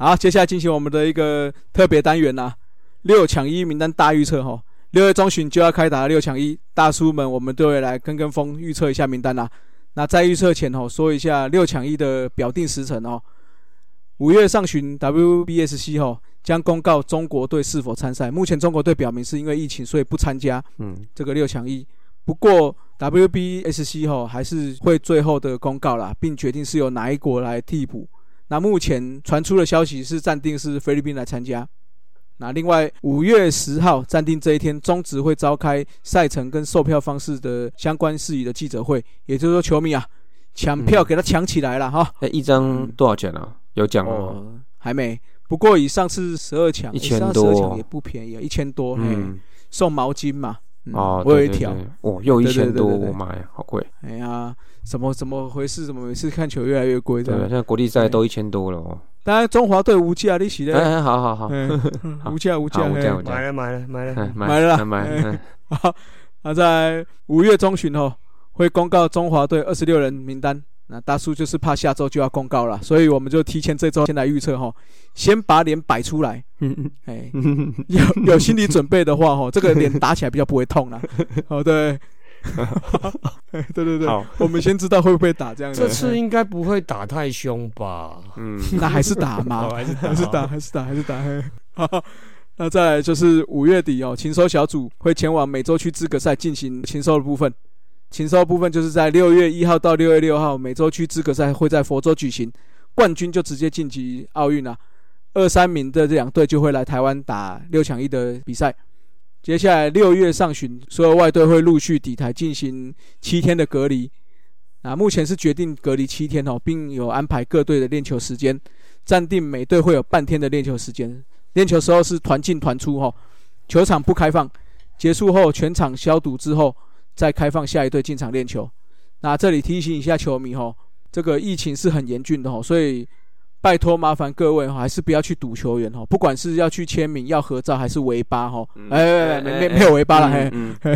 好，接下来进行我们的一个特别单元6抢1名单大预测6月中旬就要开打6抢1，大叔们我们都会来跟风预测一下名单那在预测前说一下6抢1的表定时程5月上旬 WBSC 将公告中国队是否参赛。目前中国队表明是因为疫情所以不参加这个6抢1，不过 WBSC 还是会最后的公告啦，并决定是由哪一国来替补。那目前传出的消息是暂定是菲律宾来参加。那另外5月10号暂定这一天，中职会召开赛程跟售票方式的相关事宜的记者会，也就是说球迷抢票给他抢起来了一张多少钱有讲吗？ 还没，不过以上次12抢 1000多 12抢也不便宜1000多送毛巾嘛我有一条又1000多，我妈呀，好贵！ 哎呀，怎么回事？怎么每次看球越来越贵？ 对，现在国际赛都1000多了当然中华队无价，你起来。 好， 无价， 买了。 好，那在5月中旬会公告中华队26人名单。那大叔就是怕下周就要公告了，所以我们就提前这周先来预测先把脸摆出来，有心理准备的话这个脸打起来比较不会痛啦。对。对，我们先知道会不会打这样。 这次应该不会打太凶吧？ 那还是打嘛，还是打。好，那再来就是5月底禽收小组会前往美洲区资格赛进行禽收的部分。禽收部分就是在6月1号到6月6号美洲区资格赛会在佛州举行，冠军就直接晋级奥运2、3名的这两队就会来台湾打6抢1的比赛。接下来6月上旬，所有外队会陆续抵台进行7天的隔离。目前是决定隔离7天并有安排各队的练球时间，暂定每队会有半天的练球时间。练球时候是团进团出球场不开放，结束后全场消毒之后再开放下一队进场练球。那这里提醒一下球迷这个疫情是很严峻的所以拜托麻烦各位还是不要去堵球员不管是要去签名要合照还是围八没有围八了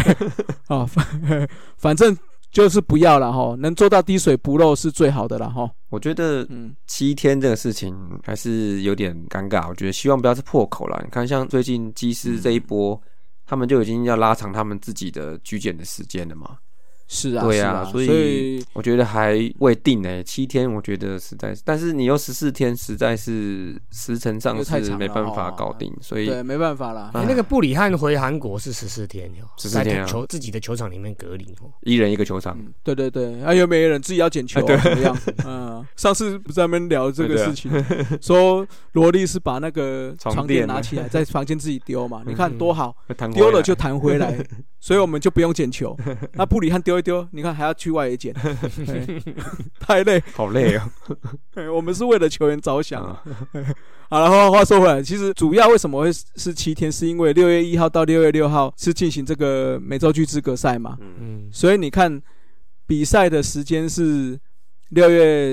反正就是不要了能做到滴水不漏是最好的啦我觉得7天这个事情还是有点尴尬，我觉得希望不要是破口啦。你看像最近机师这一波他们就已经要拉长他们自己的居检的时间了嘛。 是啊， 对啊，所以我觉得还未定7天我觉得实在是，但是你又14天，实在是时程上是没办法搞定，所以对没办法啦。 那个布里汉回韩国是14天 14天自己的球场里面隔离一人一个球场。 对，有没有人自己要捡球怎么样？上次不是在那边聊这个事情，说萝莉是把那个床垫拿起来在房间自己丢嘛，你看多好，丢了就弹回来，所以我们就不用捡球。那布里汉丢一丢，你看还要去外野捡，太累， 好累我们是为了球员着想好了，话说回来，其实主要为什么会是7天，是因为6月1号到6月6号是进行这个美洲区资格赛嘛，所以你看比赛的时间是6月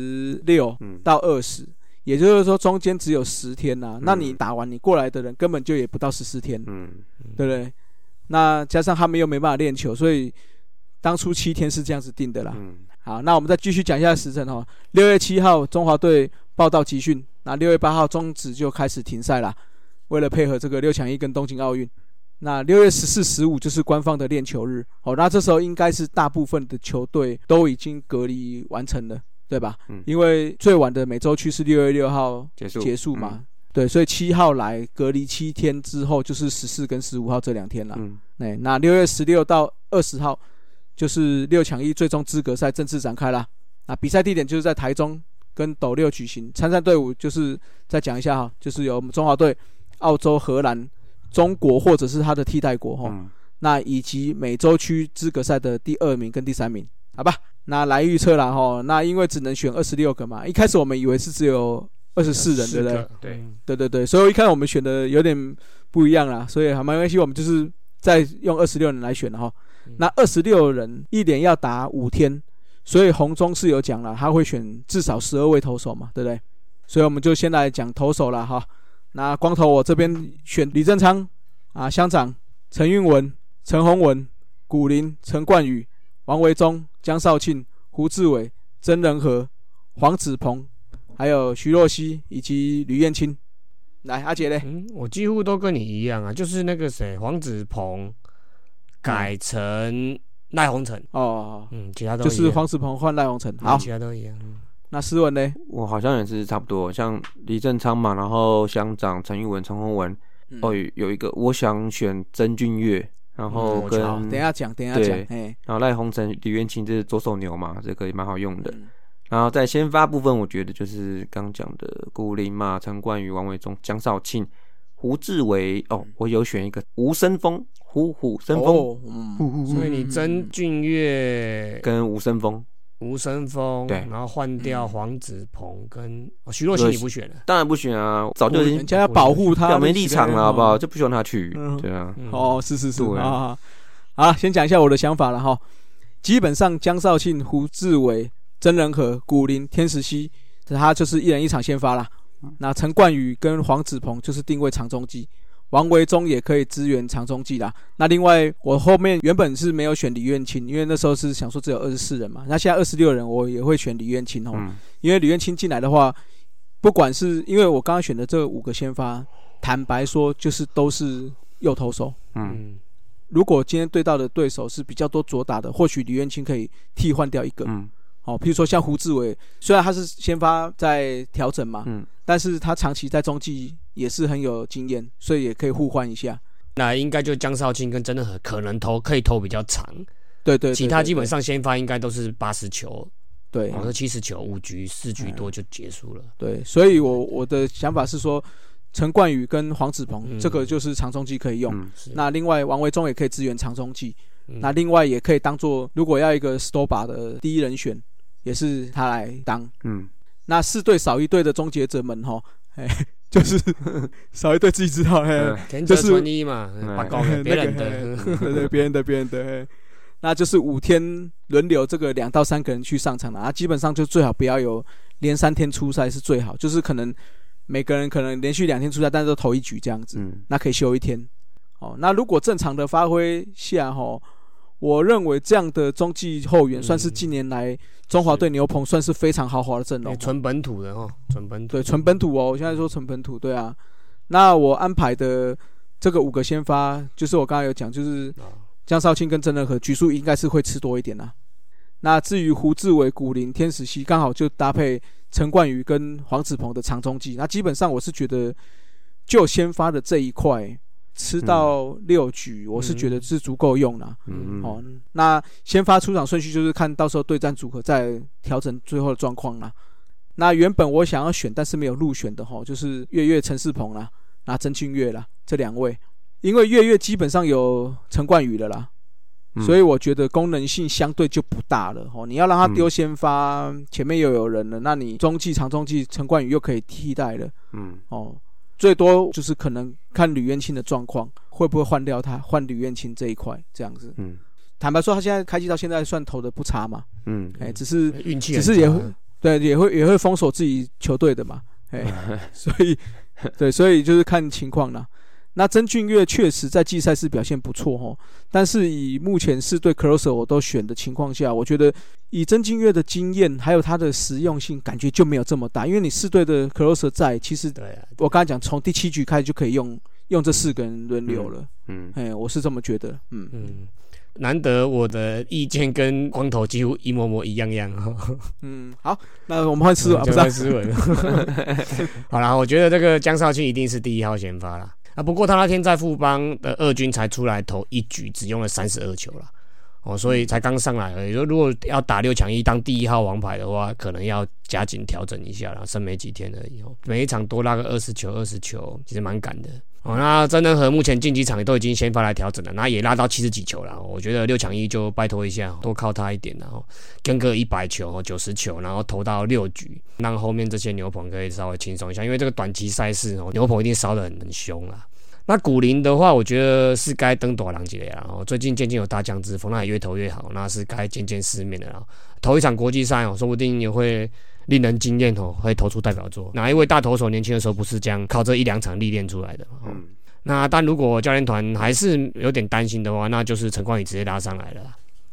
16到20，也就是说中间只有10天那你打完你过来的人根本就也不到14天，对不对？那加上他们又没办法练球，所以当初7天是这样子定的啦。好，那我们再继续讲一下时程6月7号中华队报到集训，那6月8号中职就开始停赛啦，为了配合这个6抢1跟东京奥运。那6月14、15就是官方的练球日那这时候应该是大部分的球队都已经隔离完成了，对吧？因为最晚的美洲区是6月6号结束嘛。对，所以7号来隔离7天之后就是14跟15号这2天啦。那6月16到20号就是6抢1最终资格赛正式展开啦。那比赛地点就是在台中跟斗六举行，参赛队伍就是再讲一下就是有中华队、澳洲、荷兰、中国或者是他的替代国那以及美洲区资格赛的第2名跟第3名，好吧？那来预测啦那因为只能选26个嘛，一开始我们以为是只有24人，对不对？对，所以我一看我们选的有点不一样啦，所以还没关系，我们就是再用26人来选了那26人一连要打5天，所以洪忠是有讲了，他会选至少12位投手嘛，对不对？所以我们就先来讲投手啦那光头我这边选李正昌乡长、陈运文、陈宏文、古林、陈冠宇、王维忠、江少庆、胡志伟、曾仁和、黄子鹏、 还有徐若曦以及吕彦青。来，阿杰嘞？ 我几乎都跟你一样啊，就是那个谁，黄子鹏改成赖鸿成。其他都就是黄子鹏换赖鸿成。好， 其他都一样。 那诗文呢？ 我好像也是差不多，像李正昌嘛，然后乡长陈玉文、陈宏文，有一个我想选曾俊岳，然后跟等一下讲， 然后赖鸿成、吕彦青这是左手牛嘛，这个也蛮好用的。然后在先发部分，我觉得就是刚讲的古林嘛、陈冠宇、王维忠、江少庆、胡志伟。我有选一个吴生峰，虎生峰。 所以你曾俊岳跟吴生峰， 对，然后换掉黄子鹏跟徐若曦，你不选了？ 当然不选啊，早就已经人家要保护他， 表明立场了，好不好？就不希望他去。对啊。 是。好，先讲一下我的想法了哈。基本上江少庆、胡志伟、曾仁和、古林、天时溪，他就是一人一场先发啦。那陈冠宇跟黄子鹏就是定位长中继，王维忠也可以支援长中继啦。那另外我后面原本是没有选李彦青，因为那时候是想说只有24人嘛，那现在26人我也会选李彦青因为李彦青进来的话，不管是因为我刚刚选的这5个先发，坦白说就是都是右投手。如果今天对到的对手是比较多左打的，或许李彦青可以替换掉一个。譬如说像胡志伟，虽然他是先发在调整嘛，但是他长期在中继也是很有经验，所以也可以互换一下。 那应该就江少庆跟曾仁和可能可以投比较长， 对， 其他基本上先发应该都是80球， 对， 或者70球，5局4局多就结束了。 对，所以我的想法是说，陈冠宇跟黄子鹏这个就是长中继可以用，那另外王维忠也可以支援长中继，那另外也可以当做如果要一个 Stoba 的第一人选，也是他来当。那4队少1队的终结者们就是少1队自己知道， 田泽纯一嘛，把搞给别人的， 对，别人的，那就是5天轮流这个2到3个人去上场了，基本上就最好不要有连3天出赛是最好，就是可能每个人可能连续2天出赛，但是都投1局这样子，那可以休1天。那如果正常的发挥下我认为这样的中继后援算是近年来中华队牛棚算是非常豪华的阵容， 纯本土的纯本土， 对，纯本土我现在说纯本土，对啊。那我安排的这个5个先发，就是我刚才有讲，就是江少庆跟曾仁和局数应该是会吃多一点啦。那至于胡志伟、古林、天时溪，刚好就搭配陈冠宇跟黄子鹏的长中继，那基本上我是觉得就先发的这一块。吃到6局，我是觉得是足够用啦。那先发出场顺序就是看到时候对战组合再调整最后的状况啦。那原本我想要选但是没有入选的就是月陈世鹏啦，那曾俊岳啦，这2位，因为月基本上有陈冠宇了啦，所以我觉得功能性相对就不大了。你要让他丢先发，前面又有人了，那你中继、长中继陈冠宇又可以替代了。最多就是可能看吕彦青的状况，会不会换掉他，换吕彦青这一块这样子。坦白说，他现在开季到现在算投的不差嘛。只是运气， 只是也会对，也会封锁自己球队的嘛。所以就是看情况啦。那曾俊岳确实在季赛是表现不错但是以目前4队 closer 我都选的情况下，我觉得以曾俊岳的经验还有他的实用性，感觉就没有这么大。因为你4队的 closer 在，其实我刚才讲从第7局开始就可以用这4个人轮流了。我是这么觉得。 难得我的意见跟光头几乎一模一样好，那我们换斯文，不是斯文。好啦，我觉得这个江少庆一定是第1号先发啦。不过他那天在富邦的2军才出来投1局，只用了32球啦。所以才刚上来而已。如果要打6抢1当第1号王牌的话，可能要加紧调整一下啦，剩没几天而已。每一场多拉个20球，其实蛮赶的。那曾仁和目前晋级场也都已经先发来调整了，那也拉到70几球了。我觉得6抢1就拜托一下，多靠他一点，然后跟个100球、90球，然后投到6局，让后面这些牛棚可以稍微轻松一下，因为这个短期赛事牛棚一定烧得很凶啦。那古林的话，我觉得是该登大人一个啦。最近渐渐有大将之风，那也越投越好，那是该见见世面的啦。头一场国际赛说不定也会令人惊艳会投出代表作。哪一位大投手年轻的时候不是这样靠这1-2场历练出来的？那但如果教练团还是有点担心的话，那就是陈冠宇直接拉上来了。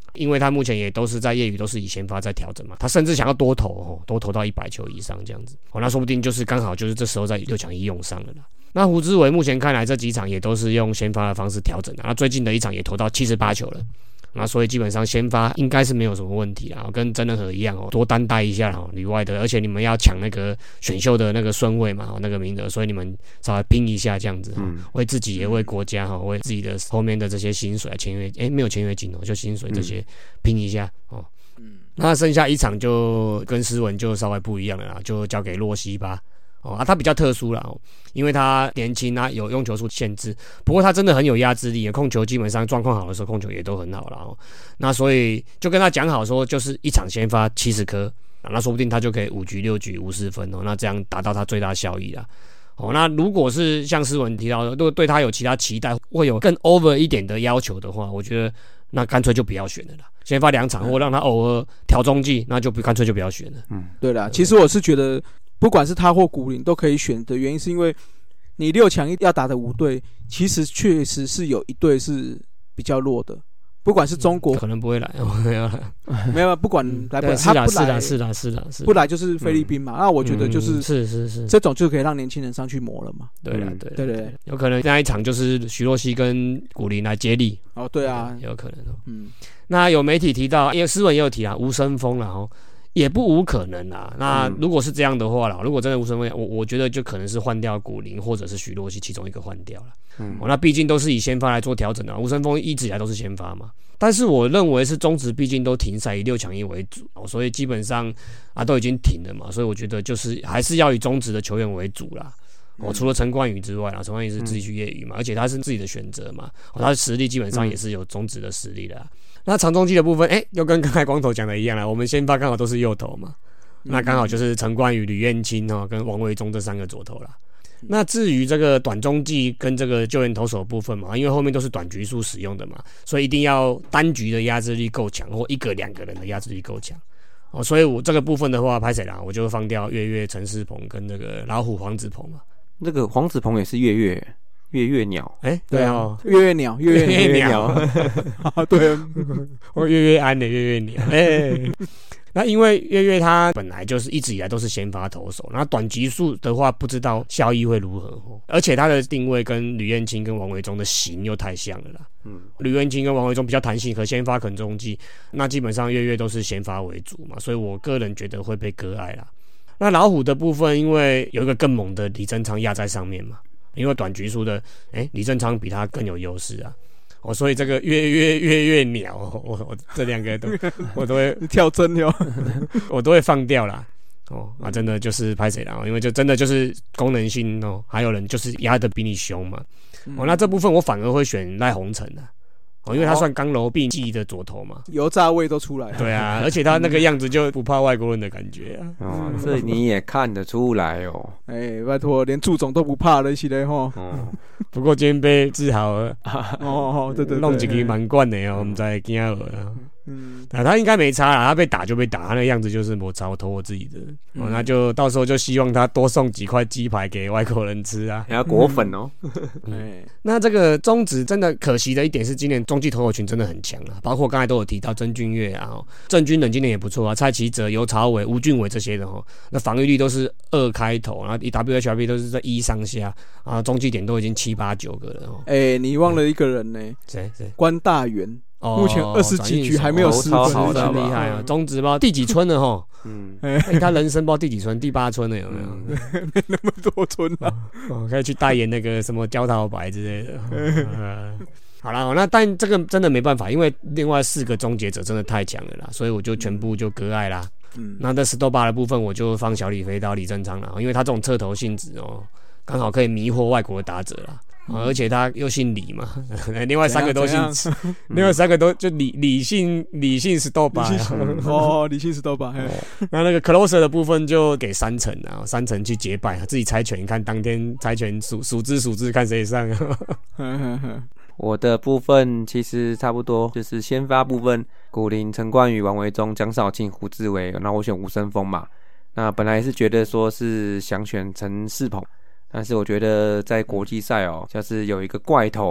因为他目前也都是在业余都是以先发在调整嘛，他甚至想要多投到100球以上这样子，那说不定就是刚好就是这时候在6强1用上了啦。那胡志伟目前看来这几场也都是用先发的方式调整的，那最近的一场也投到78球了。那所以基本上先发应该是没有什么问题啦，跟曾仁和一样多担待一下旅外的，而且你们要抢那个选秀的那个顺位嘛，那个名额，所以你们稍微拼一下这样子，为自己也为国家为自己的后面的这些薪水签约，没有签约金就薪水这些拼一下哦。那剩下一场就跟斯文就稍微不一样了啦，就交给洛西吧。他比较特殊啦，因为他年轻啊，有用球数限制，不过他真的很有压制力，控球基本上状况好的时候控球也都很好啦。那所以就跟他讲好说，就是一场先发70颗，那说不定他就可以5局6局50分那这样达到他最大效益啦。那如果是像斯文提到的，如果对他有其他期待，会有更 over 一点的要求的话，我觉得那干脆就不要选了啦。先发2场或让他偶尔调中继，那就干脆就不要选了。 对啦，其实我是觉得。不管是他或古林都可以选的原因，是因为你6强要打的5队，其实确实是有一队是比较弱的，不管是中国可能不会来， 没有，不管来不来， 是啦， 不来就是菲律宾嘛。那我觉得就是是这种就可以让年轻人上去磨了嘛。 对啦， 对， 有可能那一场就是徐若曦跟古林来接力。 对啊， 有可能那有媒体提到，因为斯文也有提吴生峰啦也不无可能啦。那如果是这样的话啦，如果真的吴生峰，我觉得就可能是换掉古林或者是徐若曦其中一个换掉了。那毕竟都是以先发来做调整的，吴生峰一直以来都是先发嘛。但是我认为是中职毕竟都停赛，以6强1为主，所以基本上都已经停了嘛，所以我觉得就是还是要以中职的球员为主啦。除了陈冠宇之外啦，陈冠宇是自己去业余嘛，而且他是自己的选择嘛，他的实力基本上也是有中职的实力的。那长中继的部分，又跟刚才光头讲的一样啦，我们先发刚好都是右投嘛，那刚好就是陈冠宇、吕彦青跟王维忠这3个左投啦。那至于这个短中继跟这个救援投手部分嘛，因为后面都是短局数使用的嘛，所以一定要单局的压制力够强，或1个2个人的压制力够强。所以我这个部分的话，拍谁啦？我就放掉月陈世鹏跟那个老虎黄子鹏嘛。 那个黄子鹏也是月鸟， 对啊， 月鸟，对， 我月安的月鸟，那因为月他本来就是一直以来都是先发投手，那短局数的话不知道效益会如何，而且他的定位跟吕彦青跟王维忠的型又太像了啦。吕彦青跟王维忠比较弹性，和先发肯中继，那基本上月都是先发为主嘛，所以我个人觉得会被割爱啦。那老虎的部分，因为有一个更猛的李正昌压在上面嘛，因为短局数的，李正昌比他更有优势啊。所以这个月鸟，我这2个我都会跳针哟， 我都会放掉啦。真的就是拍谁啦，因为就真的就是功能性还有人就是压得比你凶嘛。那这部分我反而会选赖鸿成啊。因为他算刚柔并济的左投嘛， 油炸味都出来了。 对啊，而且他那个样子就不怕外国人的感觉啊。 这你也看得出来哦。 拜托，连祝总都不怕了，是的吼。 不过今天被治好了。 对， 弄几个满贯的我们在惊了。他应该没差啦，他被打就被打，他那个样子就是我操，我投我自己的。那就到时候就希望他多送几块鸡排给外国人吃啊， 还要果粉哦。 那这个中职真的可惜的一点是，今年中继投手群真的很强啊，包括刚才都有提到曾峻岳啊，郑军人今年也不错啊，蔡奇哲、尤朝伟、吴俊伟这些的那防御率都是2开头，然后 WHIP 都是在1上下啊，中继点都已经7、8、9个了你忘了一个人呢？ 谁？ 关大元。目前20几局还没有失分， 很厉害啊！中职不知道第几村了哈？他人生不知道第几村，第8村了有没有？ 没那么多村了。 可以去代言那个什么焦桃白之类的。好啦，那但这个真的没办法，因为另外4个终结者真的太强了啦，所以我就全部就割爱啦。那这Stopa的部分我就放小李飞刀李正昌啦，因为他这种侧投性质刚好可以迷惑外国的打者啦。而且他又姓李嘛，另外3个都姓李，另外3个都就李姓Stopa， 李姓Stopa。 那个 closer 的部分就给3成啊，3成去结拜，自己猜拳，看当天猜拳数字看谁上。 我的部分其实差不多，就是先发部分，古林、陈冠宇、王维忠、江少庆、胡志伟，然后我选吴生峰嘛。那本来是觉得说是想选陈世鹏。但是我觉得在国际赛就是有一个怪头，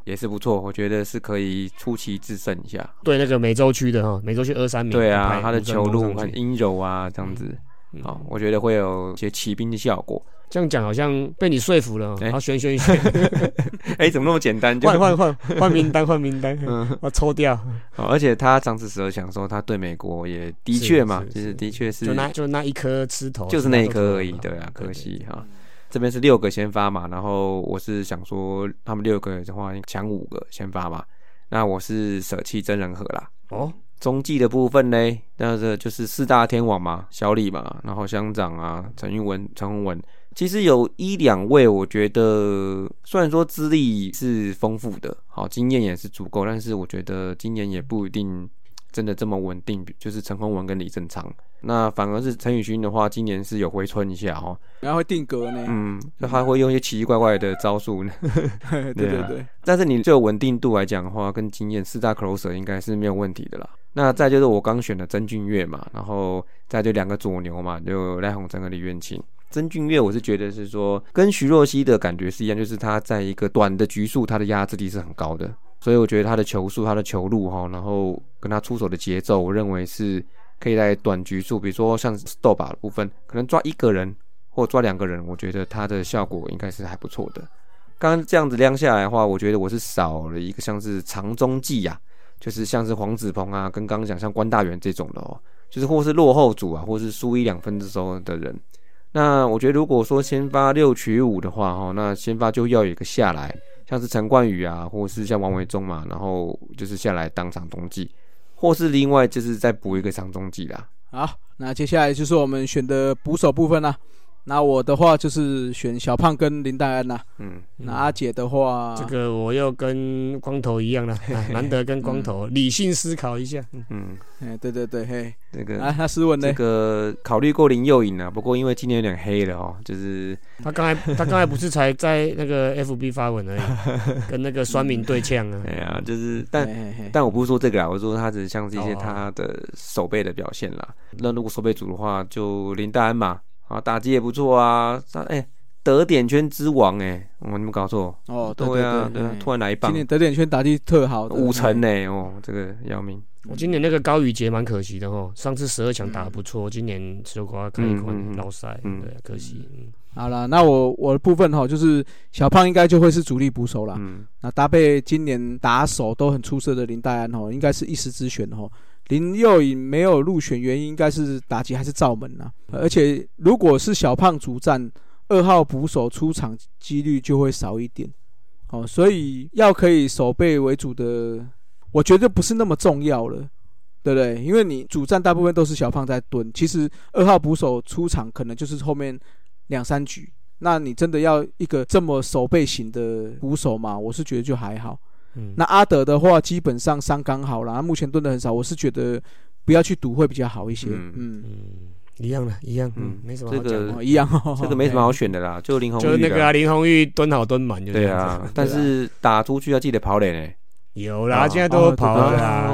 也是不错，我觉得是可以出奇制胜一下。 对那个美洲区的美洲区23名， 对啊，他的球路很阴柔啊，这样子，我觉得会有一些骑兵的效果。 这样讲好像被你说服了，好选， 怎么那么简单？ 换名单，我抽掉。 而且他上次12强说他对美国也的确嘛，就是的确是就那一颗吃头， 就是那一颗而已，对啊，可惜哈。这边是6个先发嘛，然后我是想说他们6个的话抢5个先发嘛，那我是舍弃真人和啦。中继的部分呢，那这就是4大天王嘛，小李嘛，然后乡长啊，陈宏文，其实有1-2位，我觉得虽然说资历是丰富的，好经验也是足够，但是我觉得今年也不一定真的这么稳定，就是陈宏文跟李正昌。那反而是陈宇勋的话，今年是有回春一下然后会定格呢， 他会用一些奇奇怪怪的招数呢。 对。 但是你就稳定度来讲的话，跟经验4大 closer 应该是没有问题的啦。那再就是我刚选的曾峻岳嘛，然后再就2个左牛嘛，就赖鸿成和李元庆。曾峻岳我是觉得是说跟徐若曦的感觉是一样，就是他在一个短的局数，他的压制力是很高的，所以我觉得他的球速、他的球路然后跟他出手的节奏，我认为是可以在短局数，比如说像 stop 的部分，可能抓1个人或抓2个人，我觉得他的效果应该是还不错的。刚刚这样子量下来的话，我觉得我是少了一个像是长中继啊，就是像是黄子鹏啊，跟刚刚讲像关大元这种的就是或是落后组啊，或是输1-2分的时候的人。那我觉得如果说先发6取5的话那先发就要有一个下来，像是陈冠宇啊，或是像王维忠嘛，然后就是下来当长中继，或是另外就是再补一个长中继啦。 好，那接下来就是我们选的捕手部分啦。那我的话就是选小胖跟林岱安啦。那阿姐的话， 这个我又跟光头一样啦，难得跟光头理性思考一下。 对，嘿， 这个那诗文呢？ 这个考虑过林佑颖啊，不过因为今年有点黑了就是他刚才不是才在那个 FB 发文而已，跟那个酸民对呛啊。 就是但我不是说这个啦，我说他只是像是一些他的守备的表现啦。那如果守备组的话，就林岱安嘛。打击也不错啊，得点圈之王你们搞错对啊，突然来一棒， 今年得点圈打击特好的 5成这个要命。 我今年那个高宇杰蛮可惜的上次12强打得不错，今年只有给他开一款老赛，对，可惜。 好了，那我的部分就是小胖应该就会是主力捕手啦。那搭配今年打手都很出色的林岱安应该是一时之选林佑颖没有入选原因应该是打击还是罩门而且如果是小胖主战，2号捕手出场几率就会少一点所以要可以守备为主的，我觉得不是那么重要了，对不对？因为你主战大部分都是小胖在蹲，其实2号捕手出场可能就是后面2-3局，那你真的要一个这么守备型的捕手嘛？我是觉得就还好。那阿德的话基本上伤刚好啦，目前蹲的很少，我是觉得不要去赌会比较好一些。 一样，没什么好讲一样这个没什么好选的啦，就林鸿玉， 就那个林鸿玉蹲好蹲满就这样子。 但是打出去要记得跑垒有啦，现在都跑了啦。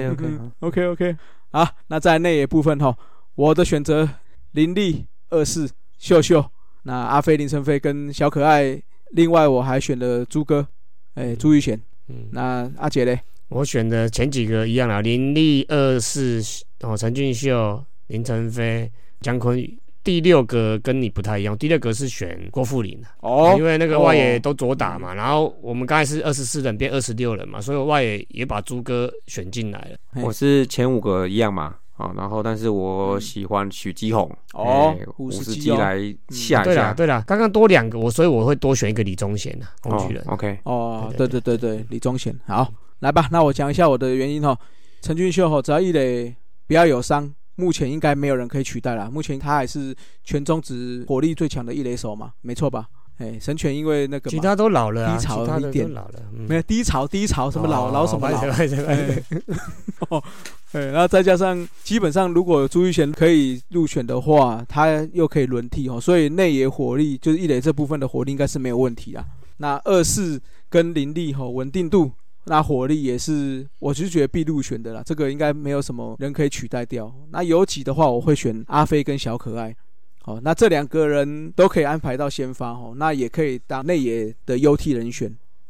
OK。 好，那在内野部分我的选择林立、24、秀秀，那阿飞、林承飞跟小可爱，另外我还选了朱哥，朱玉贤。那阿杰嘞？ 我选的前几个一样啦，林立、24、陈俊秀、林承飞、江坤宇。第6个跟你不太一样，第6个是选郭富林因为那个外野都左打嘛，然后我们刚才是24人变26人嘛，所以外野也把朱哥选进来了。 我是前5个一样嘛，然后但是我喜欢许基宏50基来下一下。 对啦，刚刚多2个所以我会多选一个李宗贤工具人。 OK 对，李宗贤。好，来吧，那我讲一下我的原因陈俊秀只要一垒不要有伤，目前应该没有人可以取代啦。目前他还是全中职火力最强的一垒手嘛，没错吧？神犬因为那个其他都老了低潮一点，没有低潮什么老什么老。然后再加上基本上如果朱玉贤可以入选的话，他又可以轮替所以内野火力就是一垒这部分的火力应该是没有问题啦。那24跟林立稳定度。那火力也是，我就觉得必入选的啦，这个应该没有什么人可以取代掉。那游击的话，我会选阿飞跟小可爱。那这2个人都可以安排到先发那也可以当内野的优替人选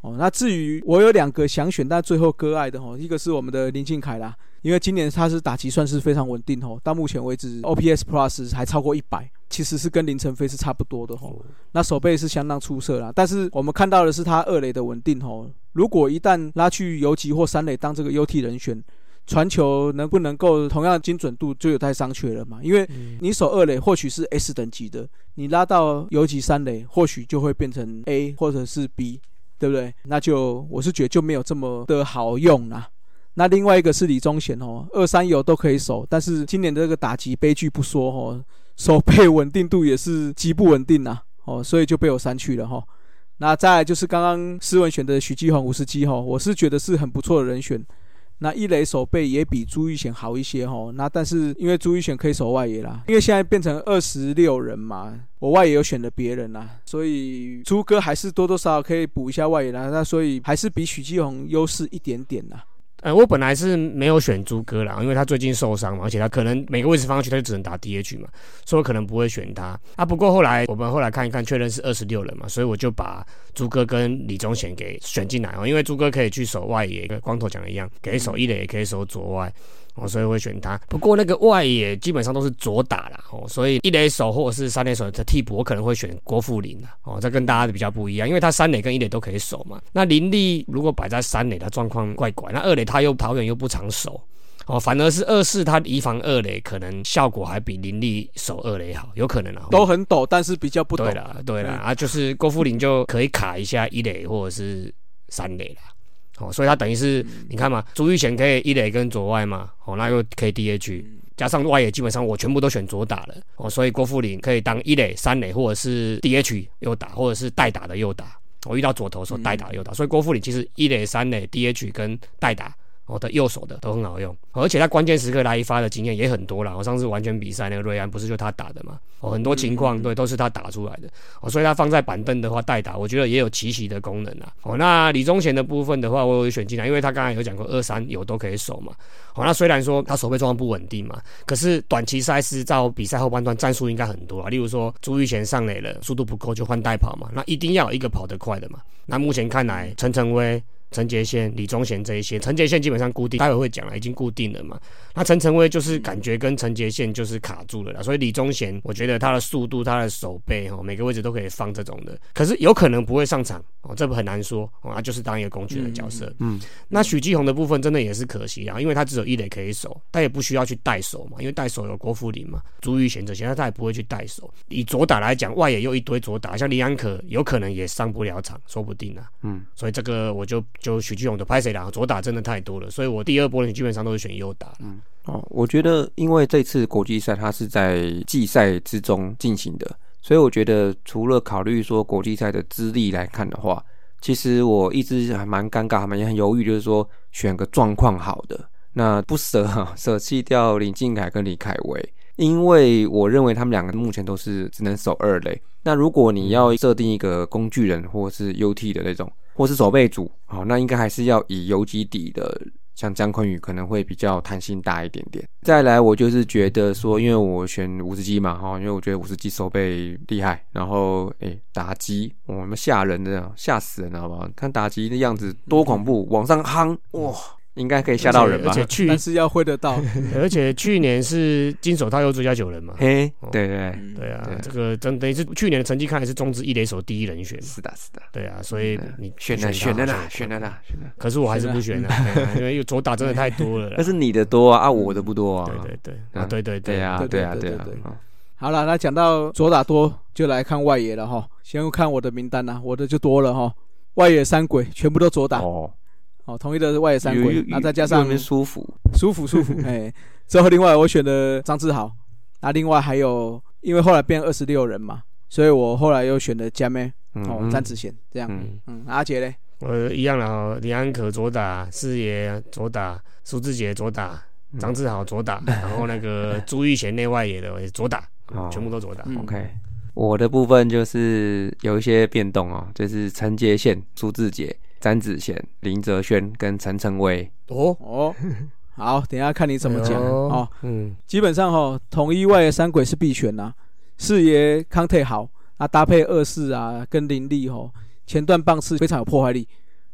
那至于我有2个想选但最后割爱的一个是我们的林敬凯啦，因为今年他是打击算是非常稳定到目前为止 OPS Plus 还超过100，其实是跟林承飞是差不多的那守备是相当出色啦，但是我们看到的是他2垒的稳定如果一旦拉去游击或3垒当这个 UT 人选，传球能不能够同样的精准度就有待商榷了嘛，因为你守2垒或许是 S 等级的，你拉到游击3垒或许就会变成 A 或者是 B， 对不对？那就我是觉得就没有这么的好用啦。那另外一个是李宗贤2、3游都可以守，但是今年的这个打击悲剧不说守备稳定度也是极不稳定啦所以就被我删去了那再来就是刚刚诗文选的许基宏50基我是觉得是很不错的人选。那一垒守备也比朱玉贤好一些那但是因为朱玉贤可以守外野啦，因为现在变成26人嘛，我外野有选了别人啦，所以朱哥还是多多少少可以补一下外野啦，那所以还是比许基宏优势一点点啦。 我本来是没有选朱哥啦，因为他最近受伤嘛，而且他可能每个位置放上去他就只能打 DH 嘛，所以我可能不会选他不过我们后来看一看确认是26人嘛，所以我就把朱哥跟李宗贤给选进来因为朱哥可以去守外野，跟光头讲的一样，可以守一垒也可以守左外所以会选他。不过那个外野基本上都是左打啦所以一垒手或者是3垒手的替补我可能会选郭富林啦这跟大家比较不一样，因为他3垒跟1垒都可以守嘛。那林立如果摆在3垒，他状况怪怪，那2垒他又桃园又不常守反而是24他移防2垒可能效果还比林立守2垒好，有可能都很陡，但是比较不陡。 对啦就是郭富林就可以卡一下1垒或者是3垒啦所以他等于是你看嘛，朱玉贤可以1垒跟左外嘛那又可以 DH， 加上外野基本上我全部都选左打了所以郭富林可以当1垒3垒或者是 DH 右打，或者是代打的右打，我遇到左投的时候代打的右打所以郭富林其实1垒3垒 DH 跟代打的右手的都很好用，而且他关键时刻来一发的经验也很多啦。我上次完全比赛那个瑞安不是就他打的嘛很多情况对都是他打出来的所以他放在板凳的话代打我觉得也有奇袭的功能啦那李宗贤的部分的话我有选进来，因为他刚才有讲过2、3游都可以守嘛那虽然说他守备状况不稳定嘛，可是短期赛事照比赛后半段战术应该很多例如说朱玉贤上垒了速度不够就换代跑嘛，那一定要有一个跑得快的嘛。那目前看来陈晨威、陈杰宪、李宗贤这一些，陈杰宪基本上固定，待会会讲了，已经固定了嘛。那陈晨威就是感觉跟陈杰宪就是卡住了啦，所以李宗贤我觉得他的速度、他的手背每个位置都可以放这种的，可是有可能不会上场这很难说他就是当一个工具的角色。那许基宏的部分真的也是可惜啊，因为他只有1垒可以守，他也不需要去带守嘛，因为带守有郭富林嘛、朱玉贤这些，他也不会去带守。以左打来讲，外野又一堆左打，像林安可有可能也上不了场，说不定啊。所以这个我就许基宏的拍谁啦，左打真的太多了，所以我第二波人基本上都是选右打。 我觉得因为这次国际赛它是在季赛之中进行的，所以我觉得除了考虑说国际赛的资历来看的话，其实我一直还蛮尴尬，也很犹豫，就是说选个状况好的，那不舍弃掉林敬凯跟李凯威，因为我认为他们两个目前都是只能守2垒。那如果你要设定一个工具人或是 UT 的那种，或是守备组，那应该还是要以游击底的，像江坤宇可能会比较弹性大一点点。再来我就是觉得说，因为我选50基嘛，因为我觉得50基守备厉害，然后打击我们吓人的，吓死人了好不好？看打击的样子多恐怖，往上夯哇，应该可以吓到人吧？ 但是要挥得到。 而且去年是金手套又追加9人嘛。 对对啊，这个真等于是去年的成绩看来是中职1垒手第一人选。 是的。 对啊，所以你选了啦。 可是我还是不选啦，因为左打真的太多了啦。 但是你的多啊，我的不多啊。 对啊。 好了，那讲到左打多，就来看外野了哈。先看我的名单啦，我的就多了哈。外野3鬼全部都左打。统一的外野3鬼，那再加上舒服之后另外我选的张志豪，那另外还有因为后来变26人嘛，所以我后来又选了加妹詹子贤这样。阿杰咧， 我一样啦，李安可左打，四爷左打，苏志杰左打，张志豪左打，然后那个朱玉贤内外野的左打，全部都左打。 OK， 我的部分就是有一些变动就是陈杰宪、苏志杰、詹子贤、林哲瑄跟陈晨威。 好，等一下看你怎么讲基本上统一外野3鬼是必选啦，四爷康泰好，搭配24跟林立前段棒次非常有破坏力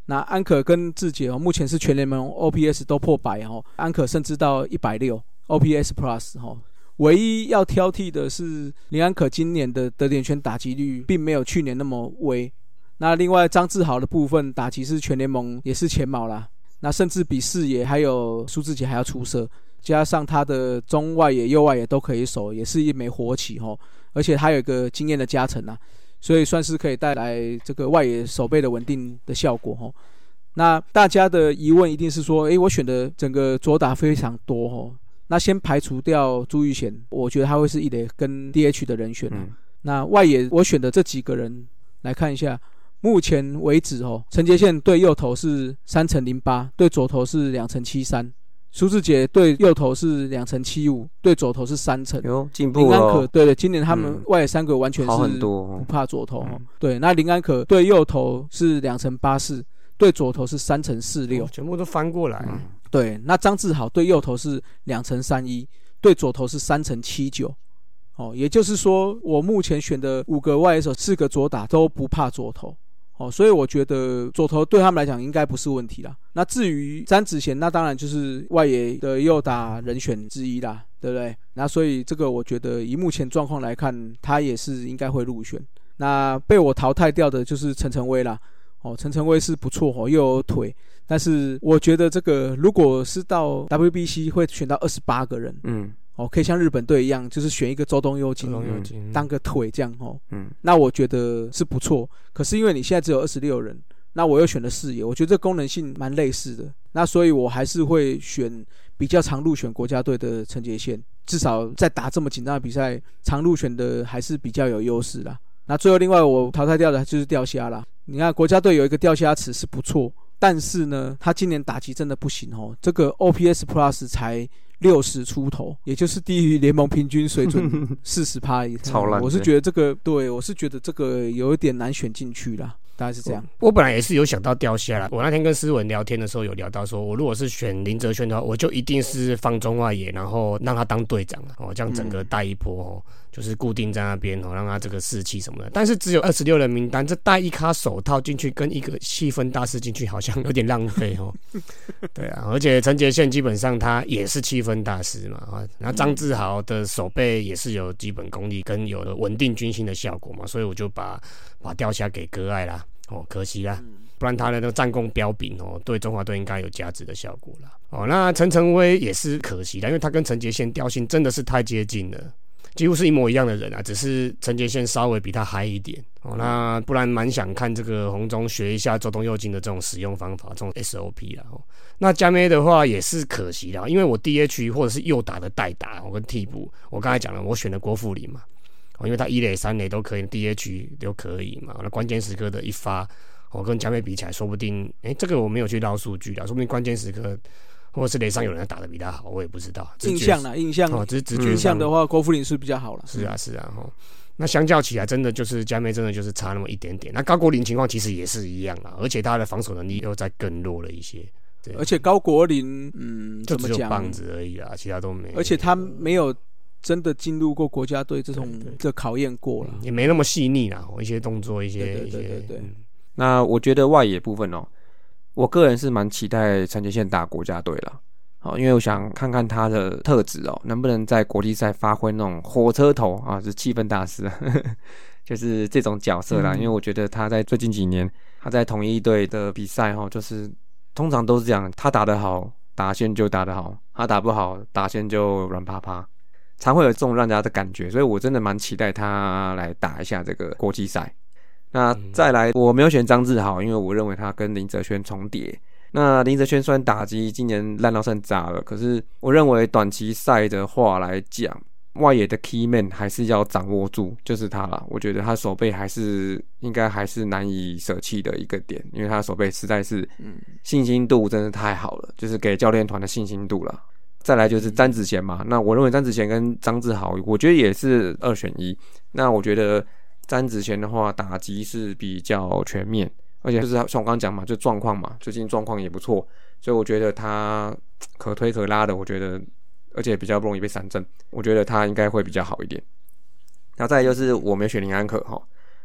那安可跟志杰目前是全联盟 OPS 都破100安可甚至到160 OPS Plus 唯一要挑剔的是林安可今年的得点圈打击率并没有去年那么威。那另外张志豪的部分打击是全联盟也是前茅啦，那甚至比四野还有苏志杰还要出色，加上他的中外野右外野都可以守，也是一枚活棋而且还有一个经验的加成所以算是可以带来这个外野守备的稳定的效果那大家的疑问一定是说我选的整个左打非常多那先排除掉朱玉贤，我觉得他会是一垒跟 DH 的人选那外野我选的这几个人来看一下，目前为止陈杰宪对右投是3.08%，对左投是2.73%，苏志杰对右投是2.75%，对左投是3%， 进步了。 林安可对，今年他们外野三个完全是不怕左投对，那林安可对右投是2.84%，对左投是3.46%， 全部都翻过来对，那张志豪对右投是2.31%，对左投是3.79%也就是说我目前选的5个外野手4个左打都不怕左投所以我觉得左投对他们来讲应该不是问题啦。那至于詹子贤，那当然就是外野的右打人选之一啦，对不对？那所以这个我觉得以目前状况来看，他也是应该会入选。那被我淘汰掉的就是陈晨威啦。陈晨威是不错又有腿，但是我觉得这个如果是到 WBC 会选到28个人，可以像日本队一样，就是选一个周东佑京当个腿这样那我觉得是不错。可是因为你现在只有26人，那我又选了四野，我觉得这功能性蛮类似的，那所以我还是会选比较常入选国家队的陈杰宪，至少在打这么紧张的比赛，常入选的还是比较有优势啦。那最后另外我淘汰掉的就是钓虾啦。你看国家队有一个钓虾池是不错，但是呢他今年打击真的不行这个 OPS Plus 才60出头，也就是低于联盟平均水准40%以上， 超烂。 我是觉得这个对，我是觉得这个有一点难选进去啦，大概是这样。 我本来也是有想到钓虾啦，我那天跟思文聊天的时候有聊到说，我如果是选林哲轩的话，我就一定是放中外野，然后让他当队长这样整个带一波就是固定在那边让他这个士气什么的。但是只有26人名单，这戴一咖手套进去跟一个气氛大师进去好像有点浪费对啊，而且陈杰宪基本上他也是气氛大师嘛然后张志豪的手背也是有基本功力跟有了稳定军心的效果嘛，所以我就把钓虾给割爱啦可惜啦，不然他的那个战功彪炳对中华队应该有价值的效果啦那陈晨威也是可惜啦，因为他跟陈杰宪调性真的是太接近了，几乎是一模一样的人只是陈杰宪稍微比他嗨一点那不然蛮想看这个洪忠学一下周东佑京的这种使用方法，这种 SOP 啦那加妹的话也是可惜啦，因为我 DH 或者是右打的代打跟替补，我刚才讲了，我选了郭富林嘛因为他一垒三垒都可以 DH 都可以嘛，那关键时刻的一发跟加妹比起来说不定这个我没有去捞数据啦，说不定关键时刻或者是垒上有人打得比他好，我也不知道。 印象只是直觉印象的话，郭富林是比较好了。 是啊那相较起来，真的就是加妹真的就是差那么一点点。那高国林情况其实也是一样啦，而且他的防守能力又再更弱了一些。对， 而且高国林就只有棒子而已啦，其他都没有。 而且他没有真的进入过国家队这种的考验过了， 也没那么细腻啦，一些动作一些对。 那我觉得外野部分我个人是蛮期待陈杰宪打国家队啦。因为我想看看他的特质能不能在国际赛发挥那种火车头是气氛大师就是这种角色啦。因为我觉得他在最近几年他在统一队的比赛就是通常都是这样，他打得好打线就打得好，他打不好打线就软趴趴，常会有这种让人家的感觉，所以我真的蛮期待他来打一下这个国际赛。那再来我没有选张志豪，因为我认为他跟林哲轩重叠。那林哲轩虽然打击今年烂到剩渣了，可是我认为短期赛的话来讲，外野的 key man 还是要掌握住，就是他啦。我觉得他手背应该还是难以舍弃的一个点，因为他手背实在是信心度真的太好了，就是给教练团的信心度啦。再来就是詹子贤嘛，那我认为詹子贤跟张志豪，我觉得也是2选1。那我觉得詹子贤的话打击是比较全面，而且就是像我刚刚讲嘛，就状况嘛，最近状况也不错，所以我觉得他可推可拉的，我觉得而且比较不容易被三振，我觉得他应该会比较好一点。那再来就是我没有选林安可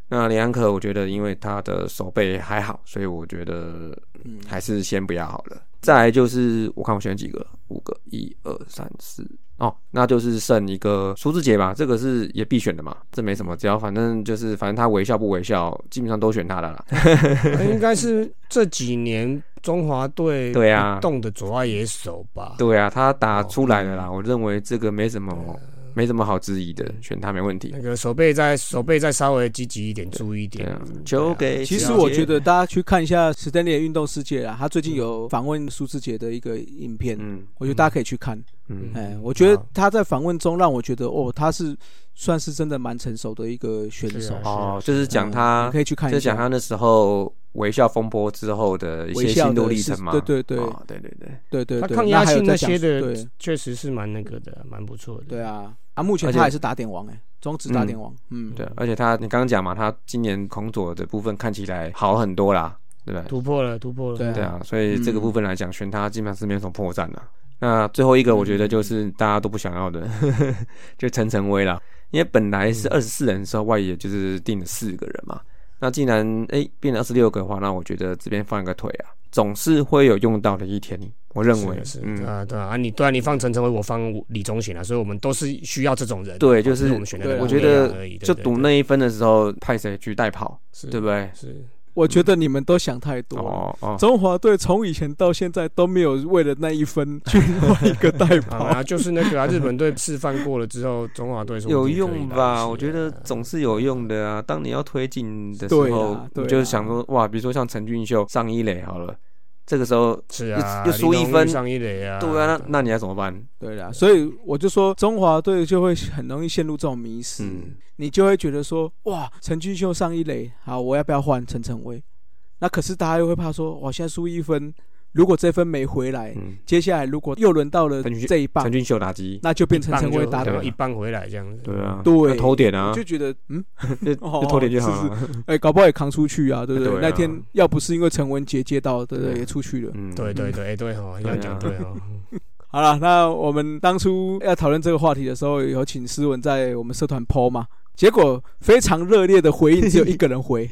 那连安可我觉得因为他的手背还好，所以我觉得还是先不要好了。再来就是我看我选几个，5个，1、2、3、4。那就是剩一个苏智杰吧，这个是也必选的嘛，这没什么，只要反正他微笑不微笑，基本上都选他的啦。 应该是这几年中华队对啊动的左外野手吧？ 对啊，他打出来了啦，我认为这个没什么好质疑的，选他没问题。 那个手背再稍微积极一点，注意一点。 球给。 其实我觉得大家去看一下史丹利的运动世界啦，他最近有访问苏智杰的一个影片，我觉得大家可以去看。我觉得他在访问中让我觉得他是算是真的蛮成熟的一个选手。 就是讲他可以去看一下， 就讲他那时候微笑风波之后的一些心路历程嘛。 对， 他抗压性那些的确实是蛮那个的，蛮不错的。 对啊，目前他还是打点王中职打点王。 对，而且你刚刚讲嘛，他今年孔左的部分看起来好很多啦，对不对？ 突破了。 对啊，所以这个部分来讲，选他基本上是没有什么破绽啦。那最后一个我觉得就是大家都不想要的就陈晨威啦，因为本来是24人的时候外野就是定了4个人嘛，那既然变成26个的话，那我觉得这边放一个腿啊，总是会有用到的一天，我认为是你放陈晨威，我放李宗贤啊，所以我们都是需要这种人。 对，就是我们选的， 我觉得就赌那一分的时候派谁去代跑，对不对？ 是。 我觉得你们都想太多了。中华队从以前到现在都没有为了那一分去换一个代跑就是那个日本队示范过了之后，中华队说有用吧？我觉得总是有用的啊。当你要推进的时候，你就想说哇，比如说像陈俊秀上一垒好了。这个时候是啊， 又输1分， 上一垒啊， 对啊，那你要怎么办？ 对啦，所以我就说中华队就会很容易陷入这种迷思，你就会觉得说哇，陈俊秀上一垒，好，我要不要换陈晨威？那可是大家又会怕说，哇，现在输1分，如果这分没回来，接下来如果又轮到了这一棒， 陈俊秀打击， 那就变成陈威打点一棒回来这样子。 对啊， 对， 投点啊， 就觉得就投点就好了。 搞不好也扛出去啊，对不对？那天要不是因为陈文杰接到，对不对？也出去了。 对，这样讲对哦。 好了，那我们当初要讨论这个话题的时候，有请诗文在我们社团 po 嘛，结果非常热烈的回应，只有1个人回。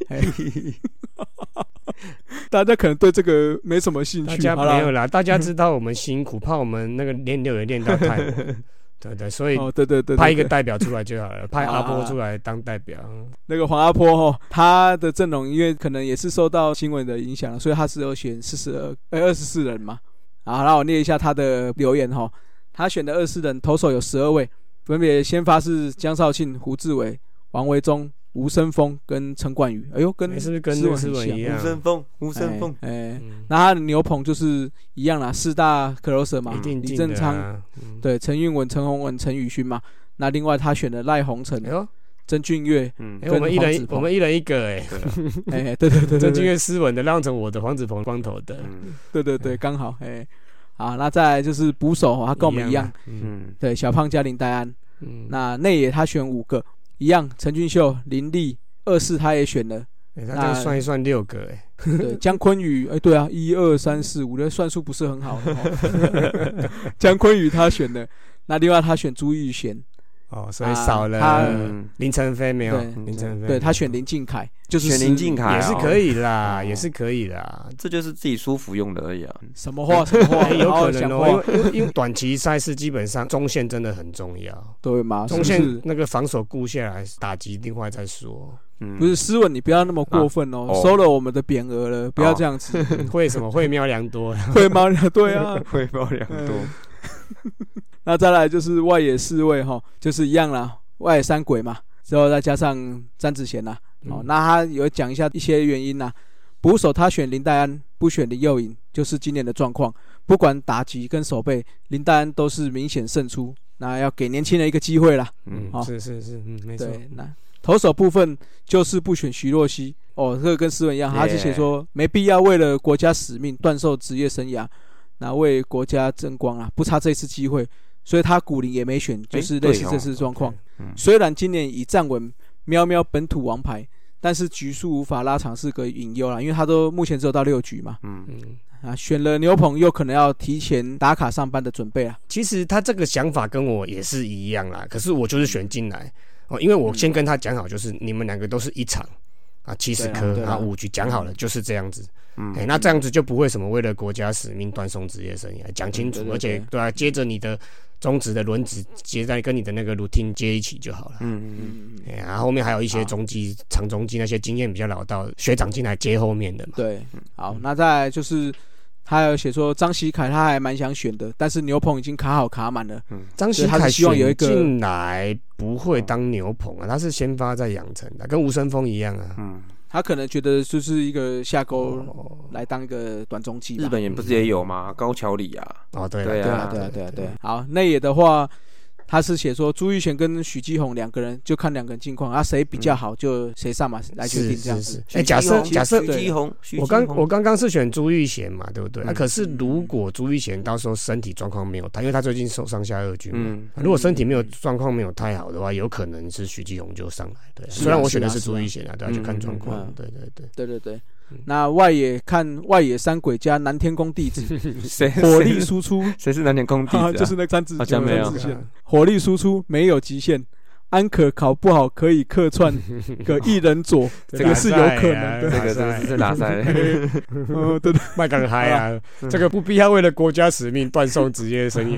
大家可能对这个没什么兴趣， 大家没有啦，大家知道我们辛苦，怕我们那个练六也练到太晚，对，所以对， 派一个代表出来就好了，派阿波出来当代表。 那个黄阿波他的阵容因为可能也是受到新闻的影响，所以他是有选24人嘛。好，那我念一下他的留言他选的24人投手有12位，分别先发是江少庆、胡志伟、王维忠、吴生峰跟陈冠宇。哎呦，跟是不是跟诗文一样？ 吴生峰， 那他的牛棚就是一样啦，4大 closer 嘛，李正昌，对，陈韵文、陈宏文、陈宇勋嘛。那另外他选的赖鸿成、曾俊岳， 我们一人一个对， 曾俊岳诗文的让成我的黄子鹏光头的， 对，刚好好，那再来就是捕手他跟我们一样，对，小胖加林黛安，那内野他选5个，一样，陈俊秀、林立，24他也选了， 他这样算一算6个对，江坤宇，对啊，1、2、3、4、5的算数不是很好江坤宇他选的，那另外他选朱玉贤。 所以少了林承飞没有，林承飞对他选林敬凯，就是选林敬凯也是可以啦，也是可以啦， 这就是自己舒服用的而已啊。 什么话有可能因为短期赛事基本上中线真的很重要， 对吗？ 中线那个防守顾下来，打击另外再说。 不是诗文，你不要那么过分收了我们的匾额了，不要这样子。 会什么？会喵良多， 会喵良对啊， 会喵良多。 那再来就是外野4位就是一样啦，外野3鬼嘛，之后再加上詹子贤啦。那他有讲一下一些原因啦。捕手他选林黛安，不选林佑颖，就是今年的状况。不管打击跟守备，林黛安都是明显胜出。那要给年轻人一个机会啦。 是，没错。 对，那投手部分就是不选徐若曦。这个跟诗文一样，他就写说没必要为了国家使命断送职业生涯。那为国家争光不差这次机会，所以他古林也没选，就是类似这次状况。虽然今年已站稳喵喵本土王牌，但是局数无法拉长是个隐忧啦，因为他都目前只有到6局嘛。选了牛棚又可能要提前打卡上班的准备啦。 其实他这个想法跟我也是一样啦，可是我就是选进来因为我先跟他讲好，就是你们2个都是1场， 啊70颗啊5局讲好了就是这样子。那这样子就不会什么为了国家使命断送职业生涯，讲清楚，而且对啊，接着你的中职的轮值接在跟你的那个 routine 接一起就好了。然后后面还有一些中继、长中继那些经验比较老道学长进来接后面的嘛。 对，好，那再来就是他有写说张喜凯他还蛮想选的，但是牛棚已经卡好卡满了。 张喜凯希望有一个进来不会当牛棚啊，他是先发在养成的，跟吴生峰一样啊。 他可能觉得就是一个下钩来当一个短中继。 日本也不是也有吗？高桥里啊。 对啊。好，内野的话，他是写说朱玉贤跟许基宏两个人就看两个人近况，谁比较好就谁上马来决定这样子。 假设许基宏， 我刚刚是选朱玉贤嘛，对不对？可是如果朱玉贤到时候身体状况没有太，因为他最近受伤下二军嘛，如果身体状况没有太好的话，有可能是许基宏就上来。对，虽然我选的是朱玉贤啊，对，就看状况。对。那外野看外野三鬼加南天宫弟子，火力输出， 谁是南天宫弟子？ 就是那三支， 好像没有。 火力输出没有极限，安可考不好可以客串个一人左，这个是有可能的。 这个是打赛， 对， 麦港嗨啊，这个不必要为了国家使命断送职业生涯。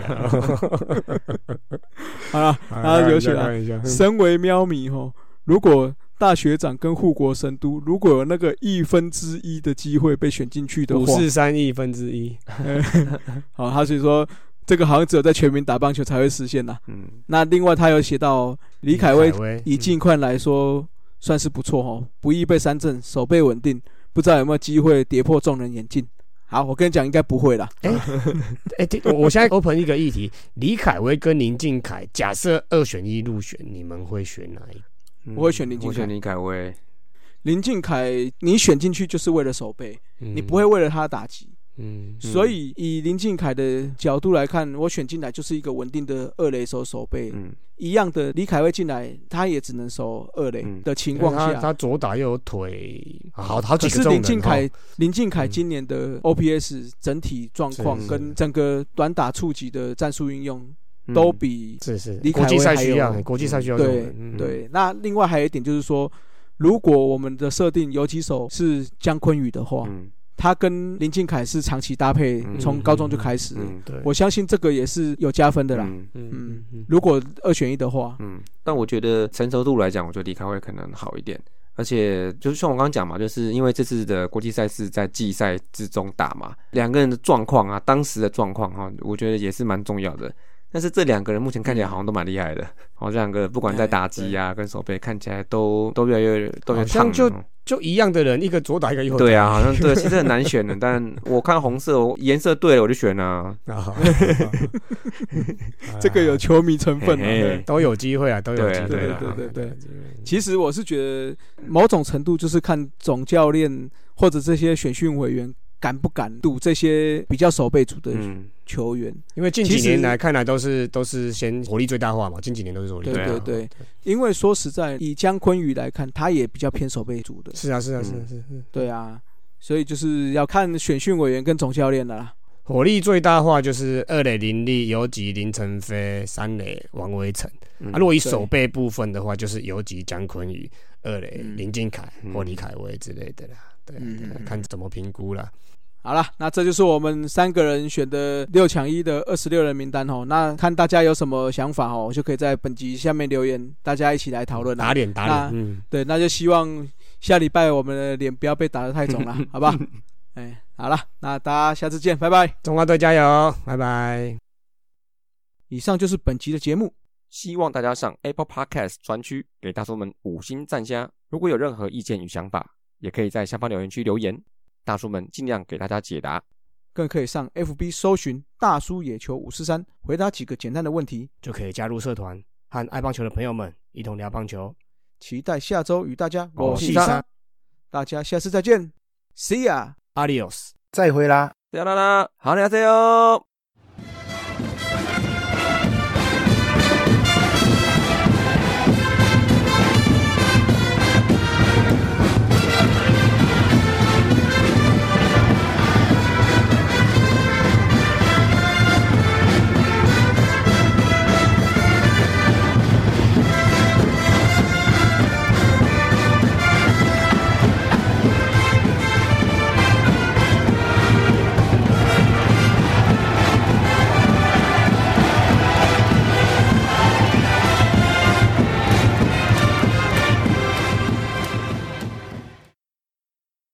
好了，大家有请了。身为喵迷如果大学长跟护国神都如果有那个1/1的机会被选进去的话 543亿1/1。 好，他所以说这个好像只有在全民打棒球才会实现呐。那另外他有写到李凯威以近况来说算是不错不易被三振，手背稳定，不知道有没有机会跌破众人眼镜。好，我跟你讲，应该不会啦。 我现在 open 一个议题，李凯威跟林靖凯，假设2选1入选，你们会选哪一个？ 我会选林靖凯。 我选李凯威。 林靖凯，你选进去就是为了守备，你不会为了他打击。所以以林靖凯的角度来看，我选进来就是一个稳定的二垒手守备。一样的，李凯威进来，他也只能守二垒的情况下， 他左打又有腿，好几个重人。 可是林靖凯今年的 OPS 整体状况跟整个短打触及的战术运用都比李凯威还有国际赛需要对。那另外还有一点就是说，如果我们的设定游击手是江坤宇的话，他跟林靖凯是长期搭配，从高中就开始。我相信这个也是有加分的啦。如果2选1的话， 但我觉得成熟度来讲，我觉得李凯威可能好一点。而且就是像我刚刚讲嘛，就是因为这次的国际赛事在季赛之中打嘛，两个人的状况啊，当时的状况我觉得也是蛮重要的。但是这两个人目前看起来好像都蛮厉害的，这两个不管在打击啊跟手背看起来都越来越烫，就一样的人，一个左打一个右打。 对啊，好像对，其实很难选的。但我看红色颜色对了，我就选啊。 这个有球迷成分都有机会啊，都有机会。 对。其实我是觉得某种程度就是看总教练或者这些选训委员敢不敢赌这些比较守备组的球员， 因为近几年来看来都是先火力最大化嘛，近几年都是火力最大化。 对，因为说实在，以江坤宇来看，他也比较偏守备组的。 是啊， 对啊，所以就是要看选训委员跟总教练的啦。 火力最大化就是2垒林立、游击林承飞、3垒王威成。如果以守备部分的话，就是游击江坤宇、2垒林靖凯或李凯威之类的啦。对，看怎么评估啦。 好了，那这就是我们3个人选的6抢1的26人名单那看大家有什么想法就可以在本集下面留言，大家一起来讨论。 打脸。 对，那就希望下礼拜我们的脸不要被打得太肿了，好吧？好了，那大家下次见，拜拜！ 中华队加油，拜拜！ 以上就是本集的节目， 希望大家上 Apple Podcast 专区给大叔们5星赞加。如果有任何意见与想法，也可以在下方留言区留言。大叔们尽量给大家解答， 更可以上 FB 搜寻大叔野球543，回答几个简单的问题， 就可以加入社团，和爱棒球的朋友们一同聊棒球。 期待下周与大家我是3，大家下次再见 ，See ya， Adios， 再会啦， 再见啦，好，안녕하세요。